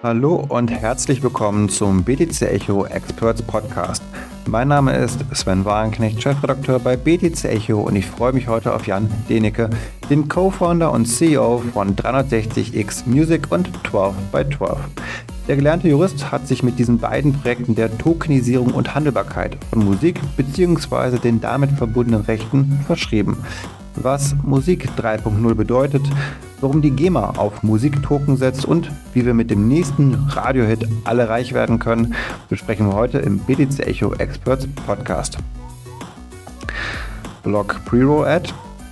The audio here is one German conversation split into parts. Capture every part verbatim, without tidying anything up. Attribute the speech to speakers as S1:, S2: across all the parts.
S1: Hallo und herzlich willkommen zum B T C Echo Experts Podcast. Mein Name ist Sven Wagenknecht, Chefredakteur bei B T C Echo, und ich freue mich heute auf Jan Denecke, den Co-Founder und C E O von dreihundertsechzig X Music und zwölf by zwölf. Der gelernte Jurist hat sich mit diesen beiden Projekten der Tokenisierung und Handelbarkeit von Musik bzw. den damit verbundenen Rechten verschrieben. Was Musik drei Punkt null bedeutet, warum die GEMA auf Musiktoken setzt und wie wir mit dem nächsten Radiohit alle reich werden können, besprechen wir heute im B T C Echo Experts Podcast. Blog Pre-Roll Ad.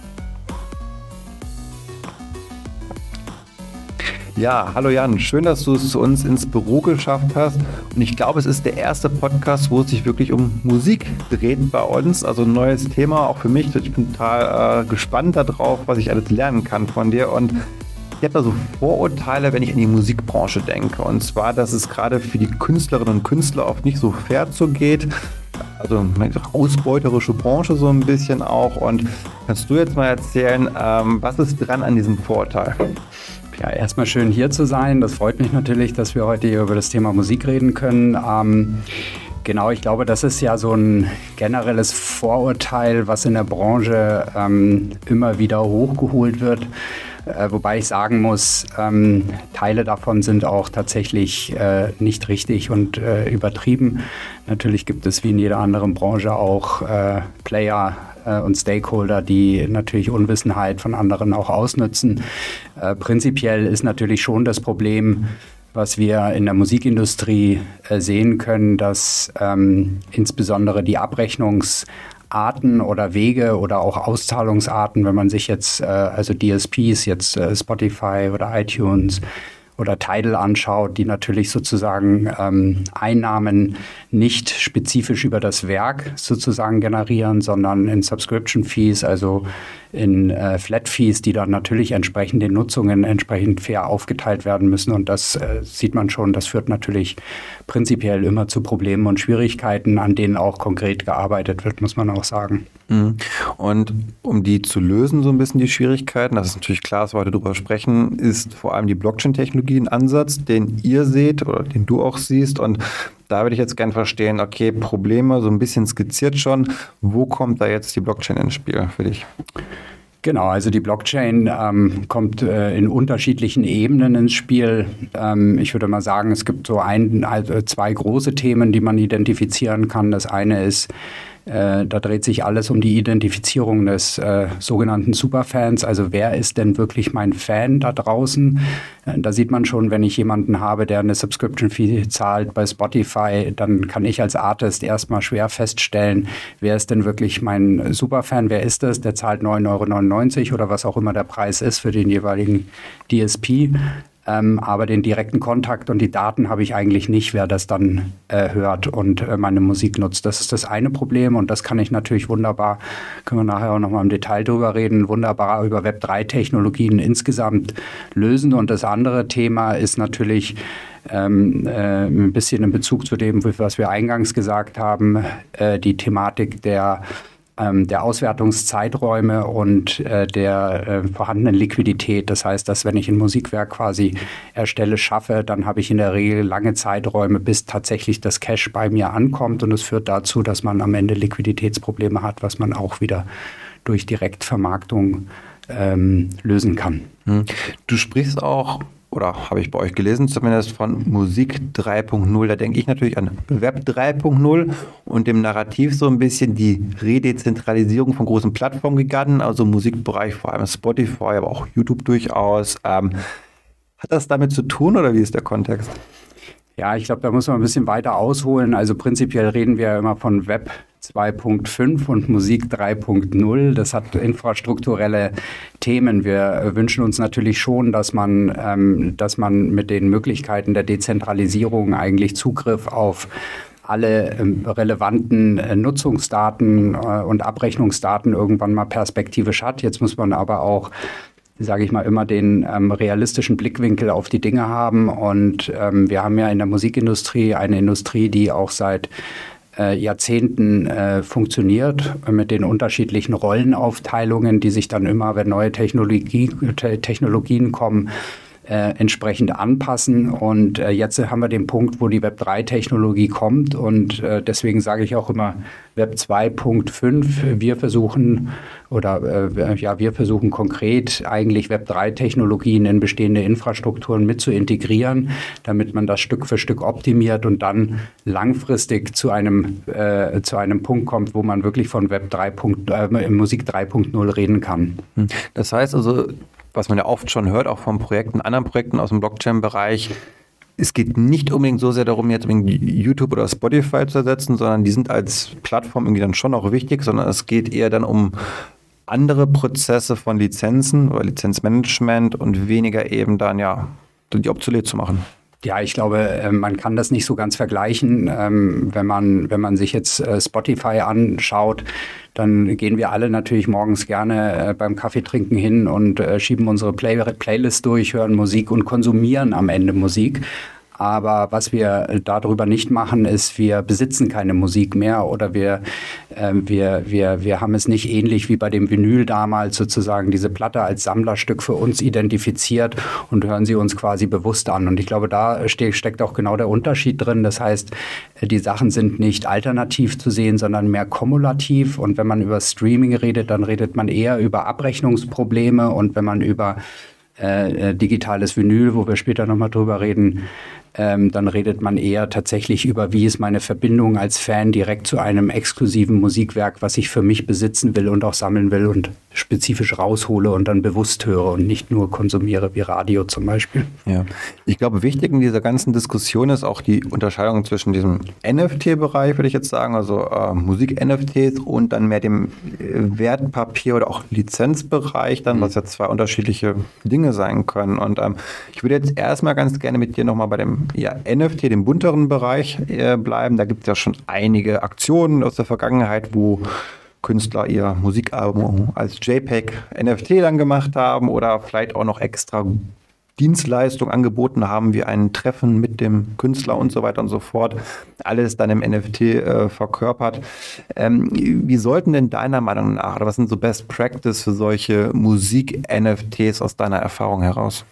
S1: Ja, hallo Jan, schön, dass du es zu uns ins Büro geschafft hast, und ich glaube, es ist der erste Podcast, wo es sich wirklich um Musik dreht bei uns, also ein neues Thema, auch für mich. Ich bin total äh, gespannt darauf, was ich alles lernen kann von dir, und ich habe da so Vorurteile, wenn ich an die Musikbranche denke, und zwar, dass es gerade für die Künstlerinnen und Künstler oft nicht so fair zugeht, also eine ausbeuterische Branche so ein bisschen auch, und kannst du jetzt mal erzählen, ähm, was ist dran an diesem Vorurteil?
S2: Ja, erstmal schön hier zu sein. Das freut mich natürlich, dass wir heute hier über das Thema Musik reden können. Ähm, genau, ich glaube, das ist ja so ein generelles Vorurteil, was in der Branche ähm, immer wieder hochgeholt wird. Äh, wobei ich sagen muss, ähm, Teile davon sind auch tatsächlich äh, nicht richtig und äh, übertrieben. Natürlich gibt es wie in jeder anderen Branche auch äh, Player äh, und Stakeholder, die natürlich Unwissenheit von anderen auch ausnutzen. Äh, prinzipiell ist natürlich schon das Problem, was wir in der Musikindustrie äh, sehen können, dass ähm, insbesondere die Abrechnungsarten oder Wege oder auch Auszahlungsarten, wenn man sich jetzt, äh, also D S Ps, jetzt äh, Spotify oder iTunes oder Tidal anschaut, die natürlich sozusagen ähm, Einnahmen nicht spezifisch über das Werk sozusagen generieren, sondern in Subscription Fees, also in äh, Flat Fees, die dann natürlich entsprechend den Nutzungen entsprechend fair aufgeteilt werden müssen. Und das äh, sieht man schon, das führt natürlich prinzipiell immer zu Problemen und Schwierigkeiten, an denen auch konkret gearbeitet wird, muss man auch sagen.
S1: Und um die zu lösen, so ein bisschen die Schwierigkeiten, das ist natürlich klar, dass wir heute drüber sprechen, ist vor allem die Blockchain-Technologie ein Ansatz, den ihr seht oder den du auch siehst. Und da würde ich jetzt gerne verstehen, okay, Probleme so ein bisschen skizziert schon. Wo kommt da jetzt die Blockchain ins Spiel für dich?
S2: Genau, also die Blockchain ähm, kommt äh, in unterschiedlichen Ebenen ins Spiel. Ähm, ich würde mal sagen, es gibt so ein, also zwei große Themen, die man identifizieren kann. Das eine ist, Äh, da dreht sich alles um die Identifizierung des äh, sogenannten Superfans. Also wer ist denn wirklich mein Fan da draußen? Äh, da sieht man schon, wenn ich jemanden habe, der eine Subscription-Fee zahlt bei Spotify, dann kann ich als Artist erstmal schwer feststellen, wer ist denn wirklich mein Superfan? Wer ist das? Der zahlt neun Euro neunundneunzig oder was auch immer der Preis ist für den jeweiligen D S P. Ähm, aber den direkten Kontakt und die Daten habe ich eigentlich nicht, wer das dann äh, hört und äh, meine Musik nutzt. Das ist das eine Problem, und das kann ich natürlich wunderbar, können wir nachher auch nochmal im Detail drüber reden, wunderbar über Web drei Technologien insgesamt lösen. Und das andere Thema ist natürlich ähm, äh, ein bisschen in Bezug zu dem, was wir eingangs gesagt haben, äh, die Thematik der der Auswertungszeiträume und äh, der äh, vorhandenen Liquidität. Das heißt, dass wenn ich ein Musikwerk quasi erstelle, schaffe, dann habe ich in der Regel lange Zeiträume, bis tatsächlich das Cash bei mir ankommt, und es führt dazu, dass man am Ende Liquiditätsprobleme hat, was man auch wieder durch Direktvermarktung ähm, lösen kann.
S1: Du sprichst auch, oder habe ich bei euch gelesen, zumindest von Musik drei Punkt null. Da denke ich natürlich an Web drei Punkt null und dem Narrativ so ein bisschen die Redezentralisierung von großen Plattformgiganten, also im Musikbereich, vor allem Spotify, aber auch YouTube durchaus. Ähm, hat das damit zu tun, oder wie ist der Kontext?
S2: Ja, ich glaube, da muss man ein bisschen weiter ausholen. Also prinzipiell reden wir ja immer von Web zwei Punkt fünf und Musik drei Punkt null. Das hat infrastrukturelle Themen. Wir wünschen uns natürlich schon, dass man, ähm, dass man mit den Möglichkeiten der Dezentralisierung eigentlich Zugriff auf alle ähm, relevanten äh, Nutzungsdaten äh, und Abrechnungsdaten irgendwann mal perspektivisch hat. Jetzt muss man aber auch, sage ich mal, immer den ähm, realistischen Blickwinkel auf die Dinge haben. Und ähm, wir haben ja in der Musikindustrie eine Industrie, die auch seit äh, Jahrzehnten äh, funktioniert, mit den unterschiedlichen Rollenaufteilungen, die sich dann immer, wenn neue Technologie, te- Technologien kommen, Äh, entsprechend anpassen. Und äh, jetzt haben wir den Punkt, wo die Web drei Technologie kommt. Und äh, deswegen sage ich auch immer Web zwei Punkt fünf. Wir versuchen oder äh, ja, wir versuchen konkret eigentlich Web drei Technologien in bestehende Infrastrukturen mit zu integrieren, damit man das Stück für Stück optimiert und dann langfristig zu einem, äh, zu einem Punkt kommt, wo man wirklich von Web drei. Äh, Musik drei Punkt null reden kann.
S1: Das heißt also, was man ja oft schon hört, auch von Projekten, anderen Projekten aus dem Blockchain-Bereich, es geht nicht unbedingt so sehr darum, jetzt YouTube oder Spotify zu ersetzen, sondern die sind als Plattform irgendwie dann schon auch wichtig, sondern es geht eher dann um andere Prozesse von Lizenzen oder Lizenzmanagement und weniger eben dann ja die obsolet zu machen.
S2: Ja, ich glaube, man kann das nicht so ganz vergleichen. Wenn man, wenn man sich jetzt Spotify anschaut, dann gehen wir alle natürlich morgens gerne beim Kaffeetrinken hin und schieben unsere Play- Playlist durch, hören Musik und konsumieren am Ende Musik. Aber was wir darüber nicht machen, ist, wir besitzen keine Musik mehr oder wir, äh, wir, wir, wir haben es nicht ähnlich wie bei dem Vinyl damals sozusagen diese Platte als Sammlerstück für uns identifiziert und hören sie uns quasi bewusst an. Und ich glaube, da ste- steckt auch genau der Unterschied drin. Das heißt, die Sachen sind nicht alternativ zu sehen, sondern mehr kumulativ. Und wenn man über Streaming redet, dann redet man eher über Abrechnungsprobleme. Und wenn man über äh, digitales Vinyl, wo wir später nochmal drüber reden, Ähm, dann redet man eher tatsächlich über, wie ist meine Verbindung als Fan direkt zu einem exklusiven Musikwerk, was ich für mich besitzen will und auch sammeln will und spezifisch raushole und dann bewusst höre und nicht nur konsumiere wie Radio zum Beispiel.
S1: Ja, ich glaube, wichtig in dieser ganzen Diskussion ist auch die Unterscheidung zwischen diesem N F T-Bereich, würde ich jetzt sagen, also äh, Musik-N F Ts und dann mehr dem äh, Wertpapier- oder auch Lizenzbereich, dann, mhm. was ja zwei unterschiedliche Dinge sein können. Und ähm, ich würde jetzt erstmal ganz gerne mit dir nochmal bei dem ja, N F T, dem bunteren Bereich äh, bleiben. Da gibt es ja schon einige Aktionen aus der Vergangenheit, wo Künstler ihr Musikalbum als JPEG N F T dann gemacht haben oder vielleicht auch noch extra Dienstleistungen angeboten haben, wie ein Treffen mit dem Künstler und so weiter und so fort. Alles dann im N F T äh, verkörpert. Ähm, wie sollten denn deiner Meinung nach, oder was sind so Best Practice für solche Musik-N F Ts aus deiner Erfahrung heraus?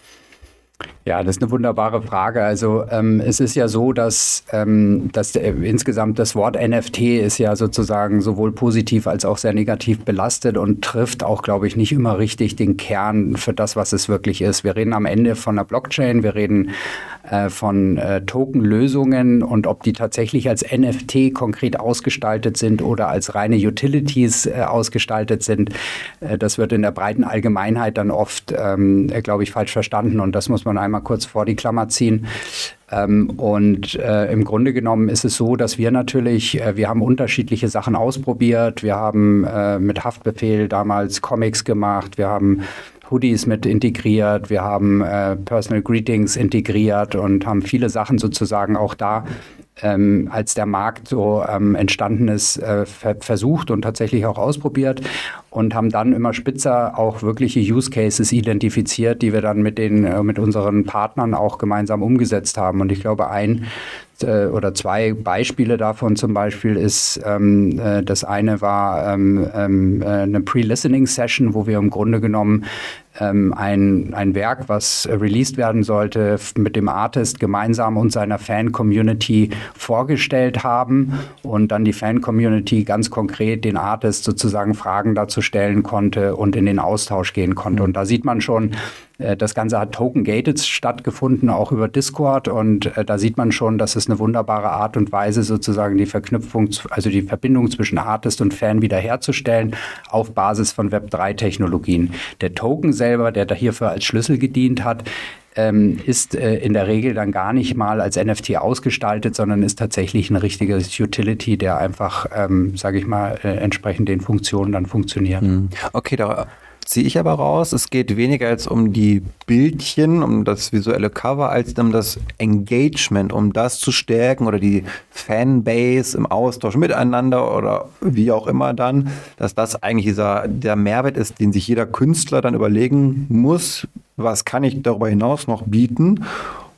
S2: Ja, das ist eine wunderbare Frage. Also ähm, es ist ja so, dass, ähm, dass äh, insgesamt das Wort N F T ist ja sozusagen sowohl positiv als auch sehr negativ belastet und trifft auch, glaube ich, nicht immer richtig den Kern für das, was es wirklich ist. Wir reden am Ende von einer Blockchain, wir reden äh, von äh, Token-Lösungen und ob die tatsächlich als N F T konkret ausgestaltet sind oder als reine Utilities äh, ausgestaltet sind, äh, das wird in der breiten Allgemeinheit dann oft, ähm, äh, glaube ich, falsch verstanden und das muss man einmal kurz vor die Klammer ziehen. Ähm, und äh, im Grunde genommen ist es so, dass wir natürlich, äh, wir haben unterschiedliche Sachen ausprobiert. Wir haben äh, mit Haftbefehl damals Comics gemacht. Wir haben Hoodies mit integriert. Wir haben äh, Personal Greetings integriert und haben viele Sachen sozusagen auch da, ähm, als der Markt so ähm, entstanden ist, äh, ver- versucht und tatsächlich auch ausprobiert und haben dann immer spitzer auch wirkliche Use Cases identifiziert, die wir dann mit den äh, mit unseren Partnern auch gemeinsam umgesetzt haben. Und ich glaube, ein äh, oder zwei Beispiele davon zum Beispiel ist, ähm, äh, das eine war ähm, äh, eine Pre-Listening-Session, wo wir im Grunde genommen ähm, ein, ein Werk, was äh, released werden sollte, f- mit dem Artist gemeinsam und seiner Fan-Community vorgestellt haben und dann die Fan-Community ganz konkret den Artist sozusagen Fragen dazu stellen konnte und in den Austausch gehen konnte. Und da sieht man schon, äh, das Ganze hat token-gated stattgefunden, auch über Discord. Und äh, da sieht man schon, dass es eine wunderbare Art und Weise sozusagen die Verknüpfung, also die Verbindung zwischen Artist und Fan wiederherzustellen auf Basis von Web drei Technologien. Der Token selber, der da hierfür als Schlüssel gedient hat, Ähm, ist äh, in der Regel dann gar nicht mal als N F T ausgestaltet, sondern ist tatsächlich ein richtiges Utility, der einfach, ähm, sage ich mal, äh, entsprechend den Funktionen dann funktioniert.
S1: Okay, da ziehe ich aber raus, es geht weniger jetzt um die Bildchen, um das visuelle Cover, als um das Engagement, um das zu stärken oder die Fanbase im Austausch miteinander oder wie auch immer dann, dass das eigentlich dieser, der Mehrwert ist, den sich jeder Künstler dann überlegen muss, was kann ich darüber hinaus noch bieten,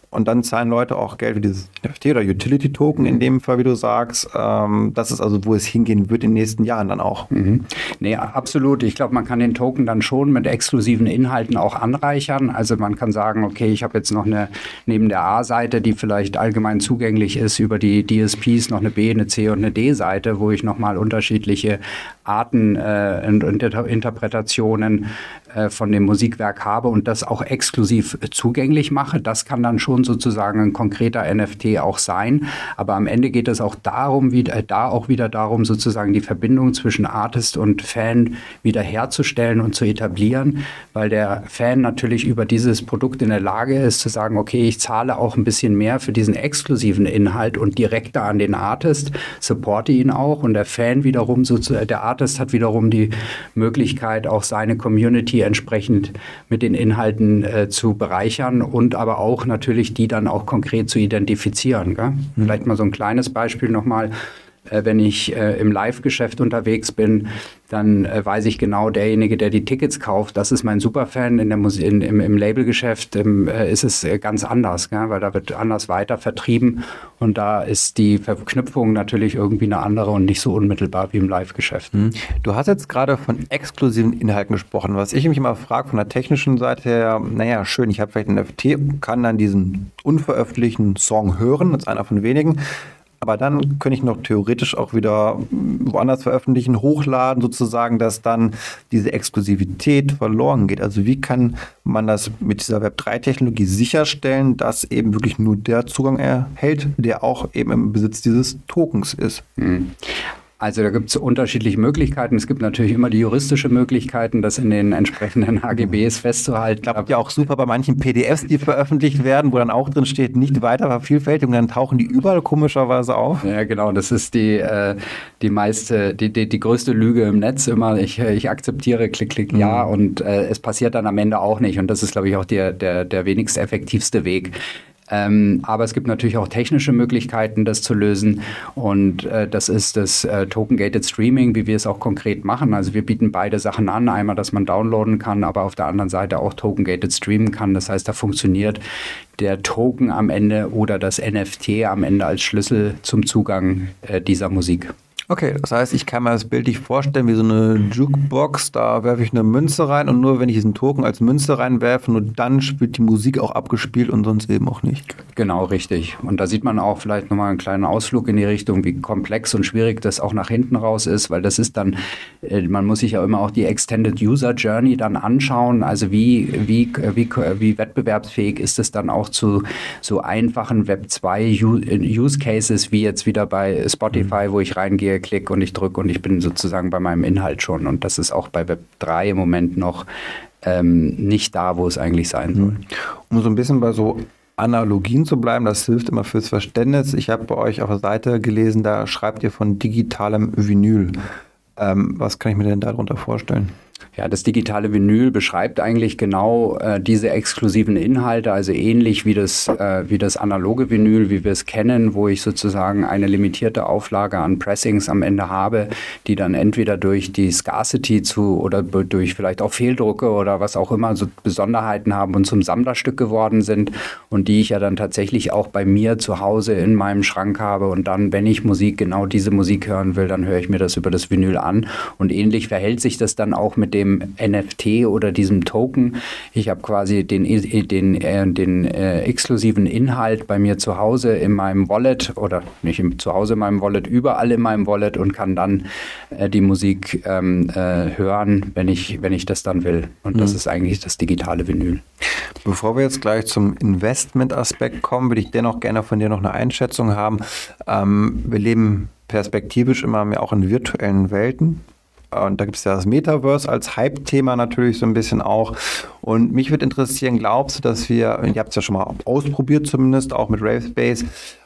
S1: und dann zahlen Leute auch Geld für dieses N F T oder Utility-Token in dem Fall, wie du sagst. Ähm, das ist also, wo es hingehen wird in den nächsten Jahren dann auch.
S2: Mhm. Nee, absolut. Ich glaube, man kann den Token dann schon mit exklusiven Inhalten auch anreichern. Also man kann sagen, okay, ich habe jetzt noch eine, neben der A-Seite, die vielleicht allgemein zugänglich ist, über die D S Ps noch eine B, eine C und eine D-Seite, wo ich nochmal unterschiedliche Arten äh, und Inter- Interpretationen äh, von dem Musikwerk habe und das auch exklusiv äh, zugänglich mache. Das kann dann schon sozusagen ein konkreter N F T auch sein. Aber am Ende geht es auch darum, wieder, äh, da auch wieder darum, sozusagen die Verbindung zwischen Artist und Fan wieder herzustellen und zu etablieren, weil der Fan natürlich über dieses Produkt in der Lage ist, zu sagen, okay, ich zahle auch ein bisschen mehr für diesen exklusiven Inhalt und direkter an den Artist, supporte ihn auch und der Fan wiederum, sozusagen, der Artist hat wiederum die Möglichkeit, auch seine Community entsprechend mit den Inhalten äh, zu bereichern und aber auch natürlich die dann auch konkret zu identifizieren. Gell? Mhm. Vielleicht mal so ein kleines Beispiel nochmal. Äh, wenn ich äh, im Live-Geschäft unterwegs bin, dann äh, weiß ich genau, derjenige, der die Tickets kauft, das ist mein Superfan. In der Musik, in, im, im Labelgeschäft ähm, äh, ist es äh, ganz anders, gell? Weil da wird anders weiter vertrieben und da ist die Verknüpfung natürlich irgendwie eine andere und nicht so unmittelbar wie im Live-Geschäft.
S1: Mhm. Du hast jetzt gerade von exklusiven Inhalten gesprochen. Was ich mich immer frage von der technischen Seite her, naja, schön, ich habe vielleicht einen N F T, kann dann diesen unveröffentlichten Song hören, das ist einer von wenigen. Aber dann könnte ich noch theoretisch auch wieder woanders veröffentlichen, hochladen sozusagen, dass dann diese Exklusivität verloren geht. Also wie kann man das mit dieser Web drei Technologie sicherstellen, dass eben wirklich nur der Zugang erhält, der auch eben im Besitz dieses Tokens ist?
S2: Mhm. Also da gibt es unterschiedliche Möglichkeiten. Es gibt natürlich immer die juristische Möglichkeiten, das in den entsprechenden H G Bs festzuhalten.
S1: Klappt ja auch super bei manchen P D Fs, die veröffentlicht werden, wo dann auch drin steht, nicht weiter Vervielfältigung, dann tauchen die überall komischerweise auf.
S2: Ja, genau. Das ist die, äh, die meiste, die, die, die größte Lüge im Netz immer. Ich, ich akzeptiere, klick, klick, ja. Mhm. Und äh, es passiert dann am Ende auch nicht. Und das ist, glaube ich, auch der, der, der wenigst effektivste Weg. Ähm, aber es gibt natürlich auch technische Möglichkeiten, das zu lösen. Und äh, das ist das äh, Token-Gated Streaming, wie wir es auch konkret machen. Also wir bieten beide Sachen an. Einmal, dass man downloaden kann, aber auf der anderen Seite auch Token-Gated streamen kann. Das heißt, da funktioniert der Token am Ende oder das N F T am Ende als Schlüssel zum Zugang äh, dieser Musik.
S1: Okay, das heißt, ich kann mir das bildlich vorstellen wie so eine Jukebox, da werfe ich eine Münze rein und nur wenn ich diesen Token als Münze reinwerfe, nur dann wird die Musik auch abgespielt und sonst eben auch nicht.
S2: Genau, richtig. Und da sieht man auch vielleicht nochmal einen kleinen Ausflug in die Richtung, wie komplex und schwierig das auch nach hinten raus ist, weil das ist dann, man muss sich ja immer auch die Extended User Journey dann anschauen, also wie, wie, wie, wie wettbewerbsfähig ist es dann auch zu so einfachen Web zwei Use Cases, wie jetzt wieder bei Spotify, wo ich reingehe, klick und ich drücke und ich bin sozusagen bei meinem Inhalt schon. Und das ist auch bei Web drei im Moment noch ähm, nicht da, wo es eigentlich sein soll.
S1: Um so ein bisschen bei so Analogien zu bleiben, das hilft immer fürs Verständnis. Ich habe bei euch auf der Seite gelesen, da schreibt ihr von digitalem Vinyl. Ähm, was kann ich mir denn darunter vorstellen?
S2: Ja, das digitale Vinyl beschreibt eigentlich genau äh, diese exklusiven Inhalte, also ähnlich wie das, äh, wie das analoge Vinyl, wie wir es kennen, wo ich sozusagen eine limitierte Auflage an Pressings am Ende habe, die dann entweder durch die Scarcity zu oder b- durch vielleicht auch Fehldrucke oder was auch immer so Besonderheiten haben und zum Sammlerstück geworden sind und die ich ja dann tatsächlich auch bei mir zu Hause in meinem Schrank habe und dann, wenn ich Musik, genau diese Musik hören will, dann höre ich mir das über das Vinyl an und ähnlich verhält sich das dann auch mit dem N F T oder diesem Token. Ich habe quasi den, den, äh, den äh, exklusiven Inhalt bei mir zu Hause in meinem Wallet oder nicht im, zu Hause in meinem Wallet, überall in meinem Wallet und kann dann äh, die Musik ähm, äh, hören, wenn ich, wenn ich das dann will. Und das mhm. ist eigentlich das digitale Vinyl.
S1: Bevor wir jetzt gleich zum Investment-Aspekt kommen, würde ich dennoch gerne von dir noch eine Einschätzung haben. Ähm, wir leben perspektivisch immer mehr auch in virtuellen Welten. Und da gibt es ja das Metaverse als Hype-Thema natürlich so ein bisschen auch. Und mich würde interessieren, glaubst du, dass wir, ihr habt es ja schon mal ausprobiert zumindest, auch mit Ravespace,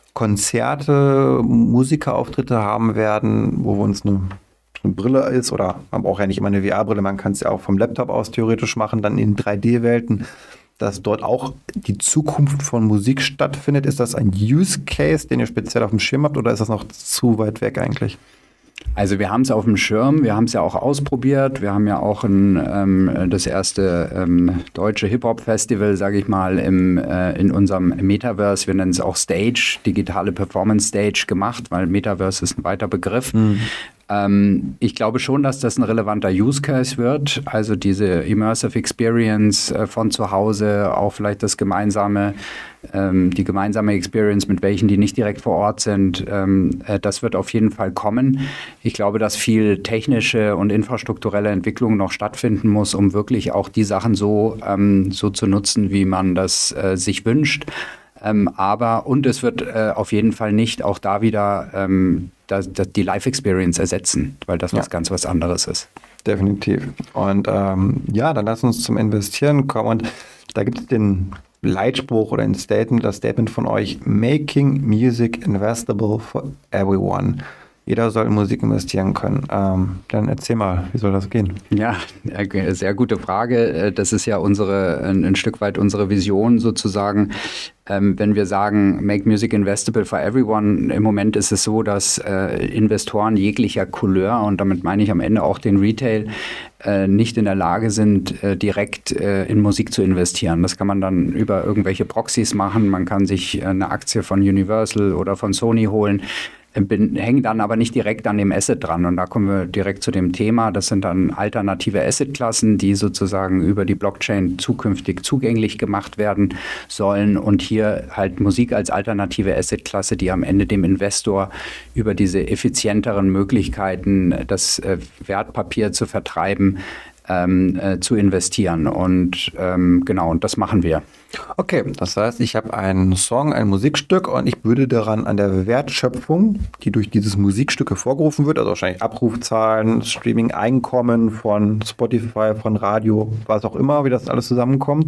S1: Konzerte, Musikerauftritte haben werden, wo wir uns eine, eine Brille ist, oder man braucht ja nicht immer eine V R-Brille, man kann es ja auch vom Laptop aus theoretisch machen, dann in drei D-Welten, dass dort auch die Zukunft von Musik stattfindet. Ist das ein Use Case, den ihr speziell auf dem Schirm habt, oder ist das noch zu weit weg eigentlich?
S2: Also wir haben es auf dem Schirm, wir haben es ja auch ausprobiert. Wir haben ja auch ein, ähm, das erste ähm, deutsche Hip-Hop-Festival, sage ich mal, im, äh, in unserem Metaverse, wir nennen es auch Stage, digitale Performance-Stage gemacht, weil Metaverse ist ein weiter Begriff. Mhm. Ähm, ich glaube schon, dass das ein relevanter Use Case wird, also diese Immersive Experience äh, von zu Hause, auch vielleicht das gemeinsame die gemeinsame Experience mit welchen, die nicht direkt vor Ort sind, ähm, äh, das wird auf jeden Fall kommen. Ich glaube, dass viel technische und infrastrukturelle Entwicklung noch stattfinden muss, um wirklich auch die Sachen so, ähm, so zu nutzen, wie man das äh, sich wünscht. Ähm, aber, und es wird äh, auf jeden Fall nicht auch da wieder ähm, das, das die Live-Experience ersetzen, weil das ja. was ganz was anderes ist.
S1: Definitiv. Und ähm, ja, dann lass uns zum Investieren kommen. Und da gibt es den Leitspruch oder ein Statement, das Statement von euch: Making Music Investable for Everyone. Jeder soll in Musik investieren können. Ähm, dann erzähl mal, wie soll das gehen?
S2: Ja, sehr gute Frage. Das ist ja unsere, ein, ein Stück weit unsere Vision sozusagen. Ähm, wenn wir sagen, make music investable for everyone, im Moment ist es so, dass äh, Investoren jeglicher Couleur, und damit meine ich am Ende auch den Retail, äh, nicht in der Lage sind, äh, direkt äh, in Musik zu investieren. Das kann man dann über irgendwelche Proxys machen. Man kann sich äh, eine Aktie von Universal oder von Sony holen. Bin, hängen dann aber nicht direkt an dem Asset dran. Und da kommen wir direkt zu dem Thema. Das sind dann alternative Assetklassen, die sozusagen über die Blockchain zukünftig zugänglich gemacht werden sollen. Und hier halt Musik als alternative Assetklasse, die am Ende dem Investor über diese effizienteren Möglichkeiten, das äh, Wertpapier zu vertreiben, ähm, äh, zu investieren. Und ähm, genau, und das machen wir.
S1: Okay, das heißt, ich habe einen Song, ein Musikstück und ich würde daran an der Wertschöpfung, die durch dieses Musikstück hervorgerufen wird, also wahrscheinlich Abrufzahlen, Streaming-Einkommen von Spotify, von Radio, was auch immer, wie das alles zusammenkommt.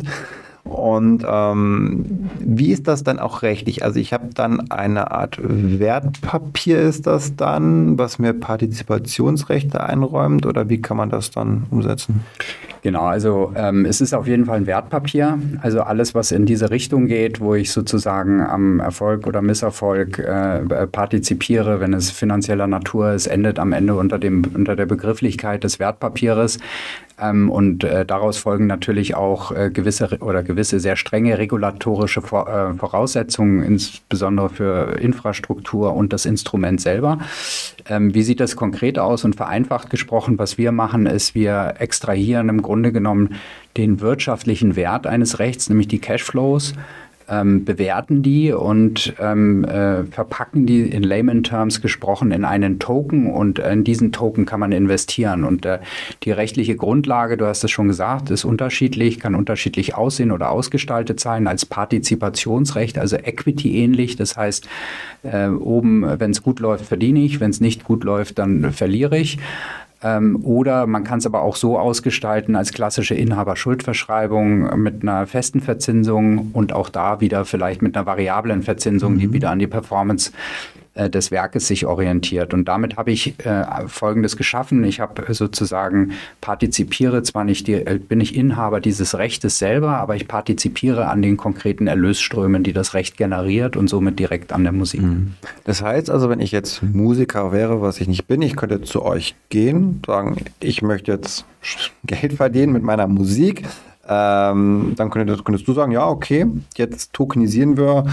S1: Und ähm, wie ist das dann auch rechtlich? Also ich habe dann eine Art Wertpapier, ist das dann, was mir Partizipationsrechte einräumt, oder wie kann man das dann umsetzen?
S2: Genau, also ähm, es ist auf jeden Fall ein Wertpapier. Also alles, was in diese Richtung geht, wo ich sozusagen am Erfolg oder Misserfolg äh, partizipiere, wenn es finanzieller Natur ist, endet am Ende unter dem unter der Begrifflichkeit des Wertpapieres. Ähm, und äh, daraus folgen natürlich auch äh, gewisse oder gewisse sehr strenge regulatorische Vor- äh, Voraussetzungen, insbesondere für Infrastruktur und das Instrument selber. Ähm, wie sieht das konkret aus? Und vereinfacht gesprochen, was wir machen, ist, wir extrahieren im Grunde genommen den wirtschaftlichen Wert eines Rechts, nämlich die Cashflows, ähm, bewerten die und ähm, äh, verpacken die in Layman Terms gesprochen in einen Token, und in diesen Token kann man investieren. Und äh, die rechtliche Grundlage, du hast es schon gesagt, ist unterschiedlich, kann unterschiedlich aussehen oder ausgestaltet sein als Partizipationsrecht, also Equity-ähnlich. Das heißt, äh, oben, wenn es gut läuft, verdiene ich, wenn es nicht gut läuft, dann verliere ich. Ähm, oder man kann es aber auch so ausgestalten als klassische Inhaberschuldverschreibung mit einer festen Verzinsung und auch da wieder vielleicht mit einer variablen Verzinsung, mhm. die wieder an die Performance äh, des Werkes sich orientiert. Und damit habe ich äh, Folgendes geschaffen. Ich habe sozusagen partizipiere, zwar nicht die, bin ich Inhaber dieses Rechtes selber, aber ich partizipiere an den konkreten Erlösströmen, die das Recht generiert, und somit direkt an der Musik.
S1: Mhm. Das heißt also, wenn ich jetzt Musiker wäre, was ich nicht bin, ich könnte zu euch gehen, sagen, ich möchte jetzt Geld verdienen mit meiner Musik, ähm, dann könntest, könntest du sagen, ja, okay, jetzt tokenisieren wir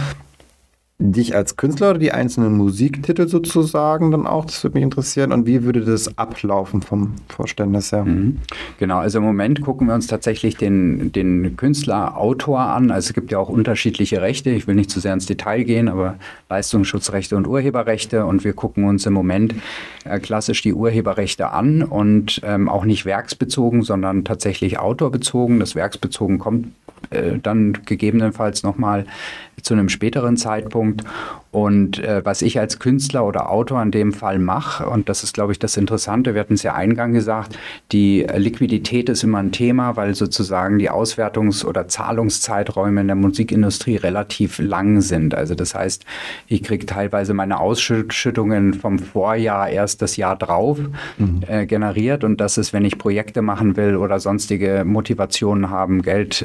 S1: dich als Künstler oder die einzelnen Musiktitel sozusagen dann auch? Das würde mich interessieren. Und wie würde das ablaufen vom Verständnis her?
S2: Mhm. Genau, also im Moment gucken wir uns tatsächlich den, den Künstler, Autor an. Also es gibt ja auch unterschiedliche Rechte. Ich will nicht zu sehr ins Detail gehen, aber Leistungsschutzrechte und Urheberrechte. Und wir gucken uns im Moment äh, klassisch die Urheberrechte an und ähm, auch nicht werksbezogen, sondern tatsächlich autorbezogen. Das werksbezogen kommt äh, dann gegebenenfalls nochmal zu einem späteren Zeitpunkt. Und äh, was ich als Künstler oder Autor in dem Fall mache, und das ist, glaube ich, das Interessante, wir hatten es ja eingangs gesagt, die Liquidität ist immer ein Thema, weil sozusagen die Auswertungs- oder Zahlungszeiträume in der Musikindustrie relativ lang sind. Also das heißt, ich kriege teilweise meine Ausschüttungen vom Vorjahr erst das Jahr drauf mhm. äh, generiert. Und das ist, wenn ich Projekte machen will oder sonstige Motivationen haben, Geld äh, zu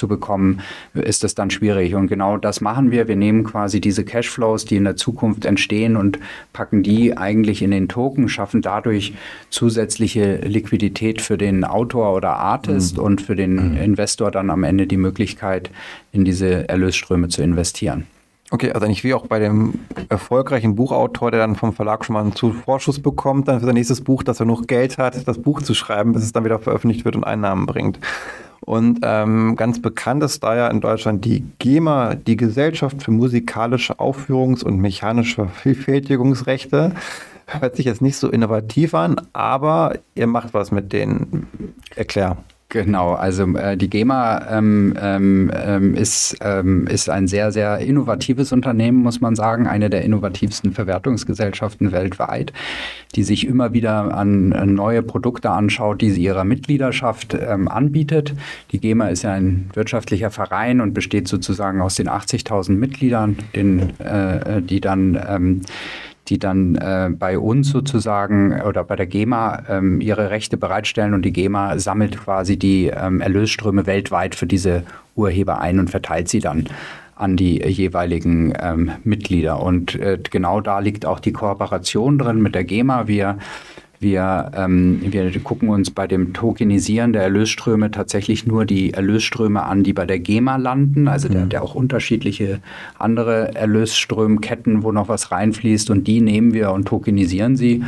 S2: zu bekommen, ist das dann schwierig. Und genau das machen wir. Wir nehmen quasi diese Cashflows, die in der Zukunft entstehen und packen die eigentlich in den Token, schaffen dadurch zusätzliche Liquidität für den Autor oder Artist mhm. und für den mhm. Investor dann am Ende die Möglichkeit, in diese Erlösströme zu investieren.
S1: Okay, also eigentlich wie auch bei dem erfolgreichen Buchautor, der dann vom Verlag schon mal einen Vorschuss bekommt, dann für sein nächstes Buch, dass er noch Geld hat, das Buch zu schreiben, bis es dann wieder veröffentlicht wird und Einnahmen bringt. Und ähm, ganz bekannt ist da ja in Deutschland die GEMA, die Gesellschaft für musikalische Aufführungs- und mechanische Vervielfältigungsrechte. Hört sich jetzt nicht so innovativ an, aber ihr macht was mit denen. Erklär.
S2: Genau, also äh, die GEMA ähm, ähm, ist, ähm, ist ein sehr, sehr innovatives Unternehmen, muss man sagen, eine der innovativsten Verwertungsgesellschaften weltweit, die sich immer wieder an, an neue Produkte anschaut, die sie ihrer Mitgliedschaft ähm, anbietet. Die GEMA ist ja ein wirtschaftlicher Verein und besteht sozusagen aus den achtzigtausend Mitgliedern, den, äh, die dann ähm, die dann äh, bei uns sozusagen oder bei der GEMA ähm, ihre Rechte bereitstellen und die GEMA sammelt quasi die ähm, Erlösströme weltweit für diese Urheber ein und verteilt sie dann an die jeweiligen ähm, Mitglieder. Und äh, genau da liegt auch die Kooperation drin mit der GEMA. Wir Wir, ähm, wir gucken uns bei dem Tokenisieren der Erlösströme tatsächlich nur die Erlösströme an, die bei der GEMA landen. Also der hat ja auch unterschiedliche andere Erlösströmketten, wo noch was reinfließt und die nehmen wir und tokenisieren sie.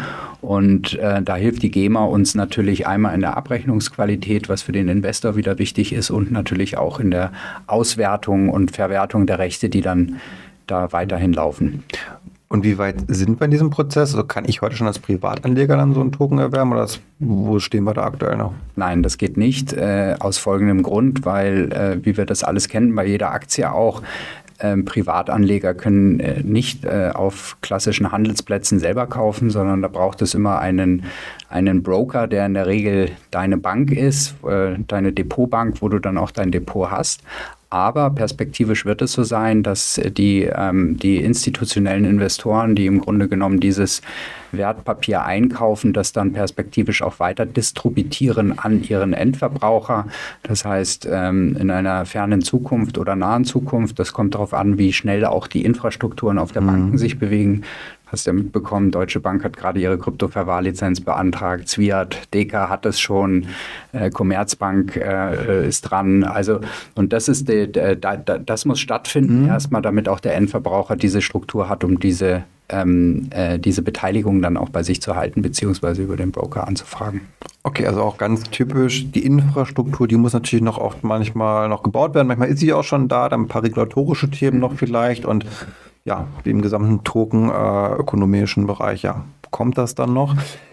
S2: Und äh, da hilft die GEMA uns natürlich einmal in der Abrechnungsqualität, was für den Investor wieder wichtig ist und natürlich auch in der Auswertung und Verwertung der Rechte, die dann da weiterhin laufen.
S1: Und wie weit sind wir in diesem Prozess? Also kann ich heute schon als Privatanleger dann so einen Token erwerben oder das, wo stehen wir da aktuell noch?
S2: Nein, das geht nicht, äh, aus folgendem Grund, weil, äh, wie wir das alles kennen, bei jeder Aktie auch, äh, Privatanleger können äh, nicht äh, auf klassischen Handelsplätzen selber kaufen, sondern da braucht es immer einen, einen Broker, der in der Regel deine Bank ist, äh, deine Depotbank, wo du dann auch dein Depot hast. Aber perspektivisch wird es so sein, dass die, ähm, die institutionellen Investoren, die im Grunde genommen dieses Wertpapier einkaufen, das dann perspektivisch auch weiter distributieren an ihren Endverbraucher. Das heißt, ähm, in einer fernen Zukunft oder nahen Zukunft, das kommt darauf an, wie schnell auch die Infrastrukturen auf der mhm. Banken sich bewegen. Hast du ja mitbekommen, Deutsche Bank hat gerade ihre Kryptoverwahrlizenz beantragt, Zwiat, Deka hat es schon, äh, Commerzbank äh, ist dran. Also, und das ist die, die, die, das muss stattfinden, mhm. erstmal, damit auch der Endverbraucher diese Struktur hat, um diese, ähm, äh, diese Beteiligung dann auch bei sich zu halten, beziehungsweise über den Broker anzufragen.
S1: Okay, also auch ganz typisch, die Infrastruktur, die muss natürlich noch oft manchmal noch gebaut werden. Manchmal ist sie auch schon da, dann ein paar regulatorische Themen noch vielleicht und ja, im gesamten Token-ökonomischen äh, Bereich, ja, kommt das dann noch.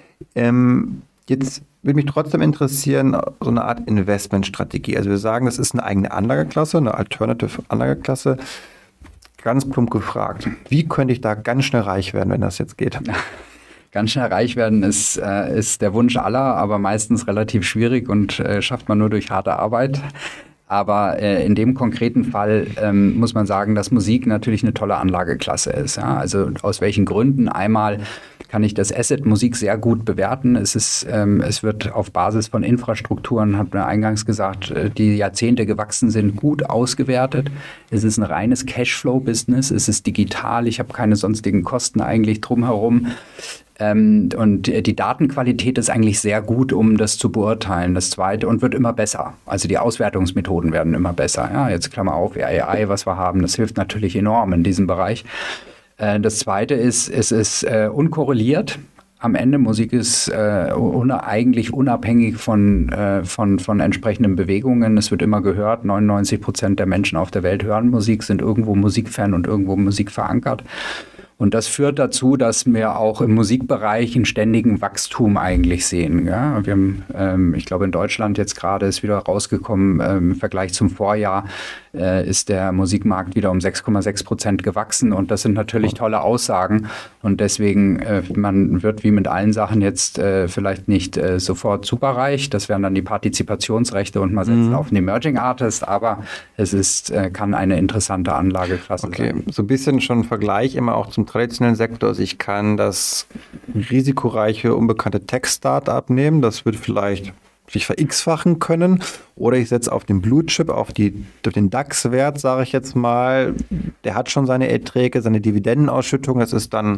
S1: Ähm, jetzt würde mich trotzdem interessieren, so eine Art Investmentstrategie. Also wir sagen, das ist eine eigene Anlageklasse, eine Alternative Anlageklasse. Ganz plump gefragt, wie könnte ich da ganz schnell reich werden, wenn das jetzt geht?
S2: Ganz schnell reich werden ist, äh, ist der Wunsch aller, aber meistens relativ schwierig und äh, schafft man nur durch harte Arbeit. Aber äh, in dem konkreten Fall ähm, muss man sagen, dass Musik natürlich eine tolle Anlageklasse ist. Ja? Also aus welchen Gründen? Einmal kann ich das Asset Musik sehr gut bewerten. Es ist, ähm, es wird auf Basis von Infrastrukturen, hat man eingangs gesagt, die Jahrzehnte gewachsen sind, gut ausgewertet. Es ist ein reines Cashflow-Business. Es ist digital. Ich habe keine sonstigen Kosten eigentlich drumherum. Ähm, und die Datenqualität ist eigentlich sehr gut, um das zu beurteilen. Das Zweite, und wird immer besser. Also die Auswertungsmethoden werden immer besser. Ja, jetzt Klammer auf, A I, was wir haben, das hilft natürlich enorm in diesem Bereich. Äh, das Zweite ist, es ist äh, unkorreliert. Am Ende Musik ist äh, un- eigentlich unabhängig von, äh, von, von entsprechenden Bewegungen. Es wird immer gehört, neunundneunzig Prozent der Menschen auf der Welt hören Musik, sind irgendwo Musikfan und irgendwo Musik verankert. Und das führt dazu, dass wir auch im Musikbereich einen ständigen Wachstum eigentlich sehen. Ja? Wir haben, ähm, ich glaube, in Deutschland jetzt gerade ist wieder rausgekommen, ähm, im Vergleich zum Vorjahr äh, ist der Musikmarkt wieder um sechs Komma sechs Prozent gewachsen. Und das sind natürlich tolle Aussagen. Und deswegen, äh, man wird wie mit allen Sachen jetzt äh, vielleicht nicht äh, sofort superreich. Das wären dann die Partizipationsrechte und man setzt mhm. auf einen Emerging Artist. Aber es ist, äh, kann eine interessante Anlageklasse
S1: okay.
S2: sein.
S1: Okay, so ein bisschen schon Vergleich immer auch zum traditionellen Sektor. Also ich kann das risikoreiche, unbekannte Tech-Startup nehmen. Das wird vielleicht sich ver-x-fachen können. Oder ich setze auf den Blue Chip, auf, die, auf den DAX-Wert, sage ich jetzt mal. Der hat schon seine Erträge, seine Dividendenausschüttung. Das ist dann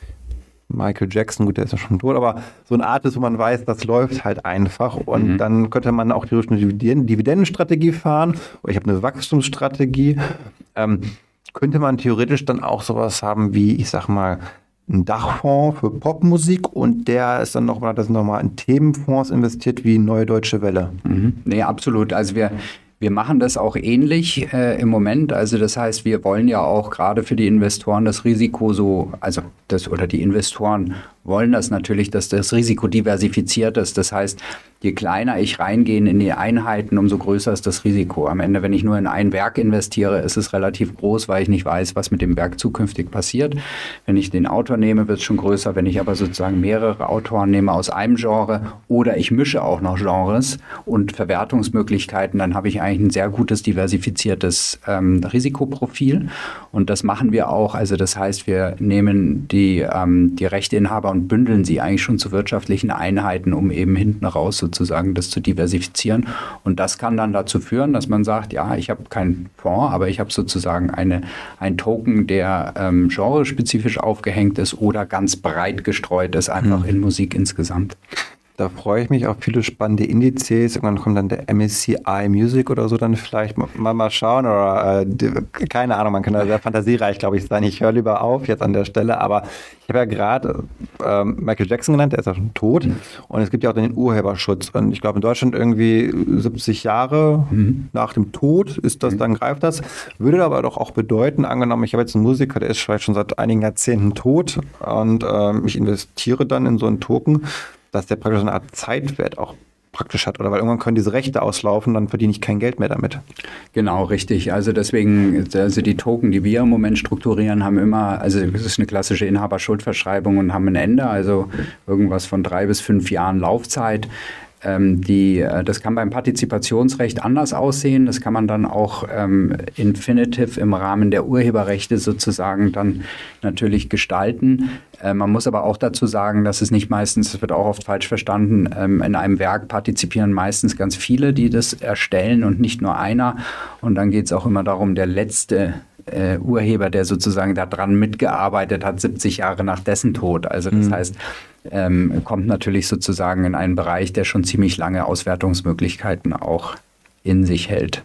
S1: Michael Jackson, gut, der ist ja schon tot, aber so eine Art ist, wo man weiß, das läuft halt einfach. Und mhm. dann könnte man auch theoretisch eine Dividenden- Dividendenstrategie fahren. Oder ich habe eine Wachstumsstrategie. Ähm, könnte man theoretisch dann auch sowas haben wie, ich sag mal, ein Dachfonds für Popmusik und der ist dann nochmal, das nochmal in Themenfonds investiert wie Neue Deutsche Welle.
S2: Mhm. Nee, absolut. Also wir Wir machen das auch ähnlich äh, im Moment. Also das heißt, wir wollen ja auch gerade für die Investoren das Risiko so, also das oder die Investoren wollen das natürlich, dass das Risiko diversifiziert ist. Das heißt, je kleiner ich reingehe in die Einheiten, umso größer ist das Risiko. Am Ende, wenn ich nur in ein Werk investiere, ist es relativ groß, weil ich nicht weiß, was mit dem Werk zukünftig passiert. Wenn ich den Autor nehme, wird es schon größer. Wenn ich aber sozusagen mehrere Autoren nehme aus einem Genre oder ich mische auch noch Genres und Verwertungsmöglichkeiten, dann habe ich eigentlich ein sehr gutes diversifiziertes ähm, Risikoprofil. Und das machen wir auch. Also das heißt, wir nehmen die, ähm, die Rechteinhaber und bündeln sie eigentlich schon zu wirtschaftlichen Einheiten, um eben hinten raus sozusagen das zu diversifizieren. Und das kann dann dazu führen, dass man sagt, ja, ich habe keinen Fonds, aber ich habe sozusagen eine, ein Token, der ähm, genrespezifisch aufgehängt ist oder ganz breit gestreut ist, einfach hm. in Musik insgesamt.
S1: Da freue ich mich auf viele spannende Indizes. Irgendwann kommt dann der M S C I Music oder so dann vielleicht mal, mal schauen. Oder äh, die, keine Ahnung, man kann da sehr fantasiereich, glaube ich, sein. Ich höre lieber auf jetzt an der Stelle. Aber ich habe ja gerade äh, Michael Jackson genannt, der ist ja schon tot. Mhm. Und es gibt ja auch den Urheberschutz. Und ich glaube, in Deutschland irgendwie siebzig Jahre mhm. nach dem Tod ist das, mhm. dann greift das. Würde aber doch auch bedeuten, angenommen, ich habe jetzt einen Musiker, der ist vielleicht schon seit einigen Jahrzehnten tot und äh, ich investiere dann in so einen Token, dass der praktisch eine Art Zeitwert auch praktisch hat. Oder weil irgendwann können diese Rechte auslaufen, dann verdiene ich kein Geld mehr damit.
S2: Genau, richtig. Also deswegen, also die Token, die wir im Moment strukturieren, haben immer, also es ist eine klassische Inhaberschuldverschreibung und haben ein Ende, also irgendwas von drei bis fünf Jahren Laufzeit. Ähm, die, das kann beim Partizipationsrecht anders aussehen. Das kann man dann auch ähm, infinitive im Rahmen der Urheberrechte sozusagen dann natürlich gestalten. Äh, man muss aber auch dazu sagen, dass es nicht meistens, das wird auch oft falsch verstanden, ähm, in einem Werk partizipieren meistens ganz viele, die das erstellen und nicht nur einer. Und dann geht es auch immer darum, der letzte äh, Urheber, der sozusagen daran mitgearbeitet hat, siebzig Jahre nach dessen Tod. Also das mhm. heißt, Ähm, kommt natürlich sozusagen in einen Bereich, der schon ziemlich lange Auswertungsmöglichkeiten auch in sich hält.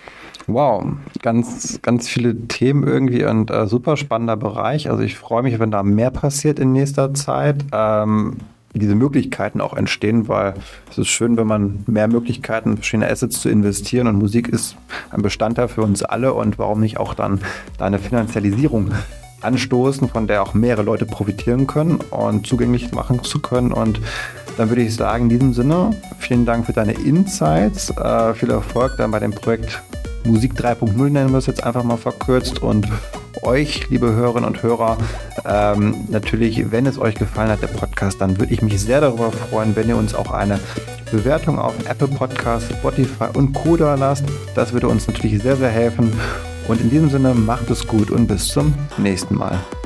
S1: Wow, ganz, ganz viele Themen irgendwie und äh, super spannender Bereich. Also ich freue mich, wenn da mehr passiert in nächster Zeit. Ähm, diese Möglichkeiten auch entstehen, weil es ist schön, wenn man mehr Möglichkeiten, verschiedene Assets zu investieren und Musik ist ein Bestandteil für uns alle und warum nicht auch dann da eine Finanzialisierung anstoßen, von der auch mehrere Leute profitieren können und zugänglich machen zu können. Und dann würde ich sagen, in diesem Sinne, vielen Dank für deine Insights, äh, viel Erfolg dann bei dem Projekt Musik drei Punkt null, nennen wir es jetzt einfach mal verkürzt. Und euch, liebe Hörerinnen und Hörer, ähm, natürlich, wenn es euch gefallen hat, der Podcast, dann würde ich mich sehr darüber freuen, wenn ihr uns auch eine Bewertung auf Apple Podcasts, Spotify und Co. da lasst. Das würde uns natürlich sehr, sehr helfen. Und in diesem Sinne, macht es gut und bis zum nächsten Mal.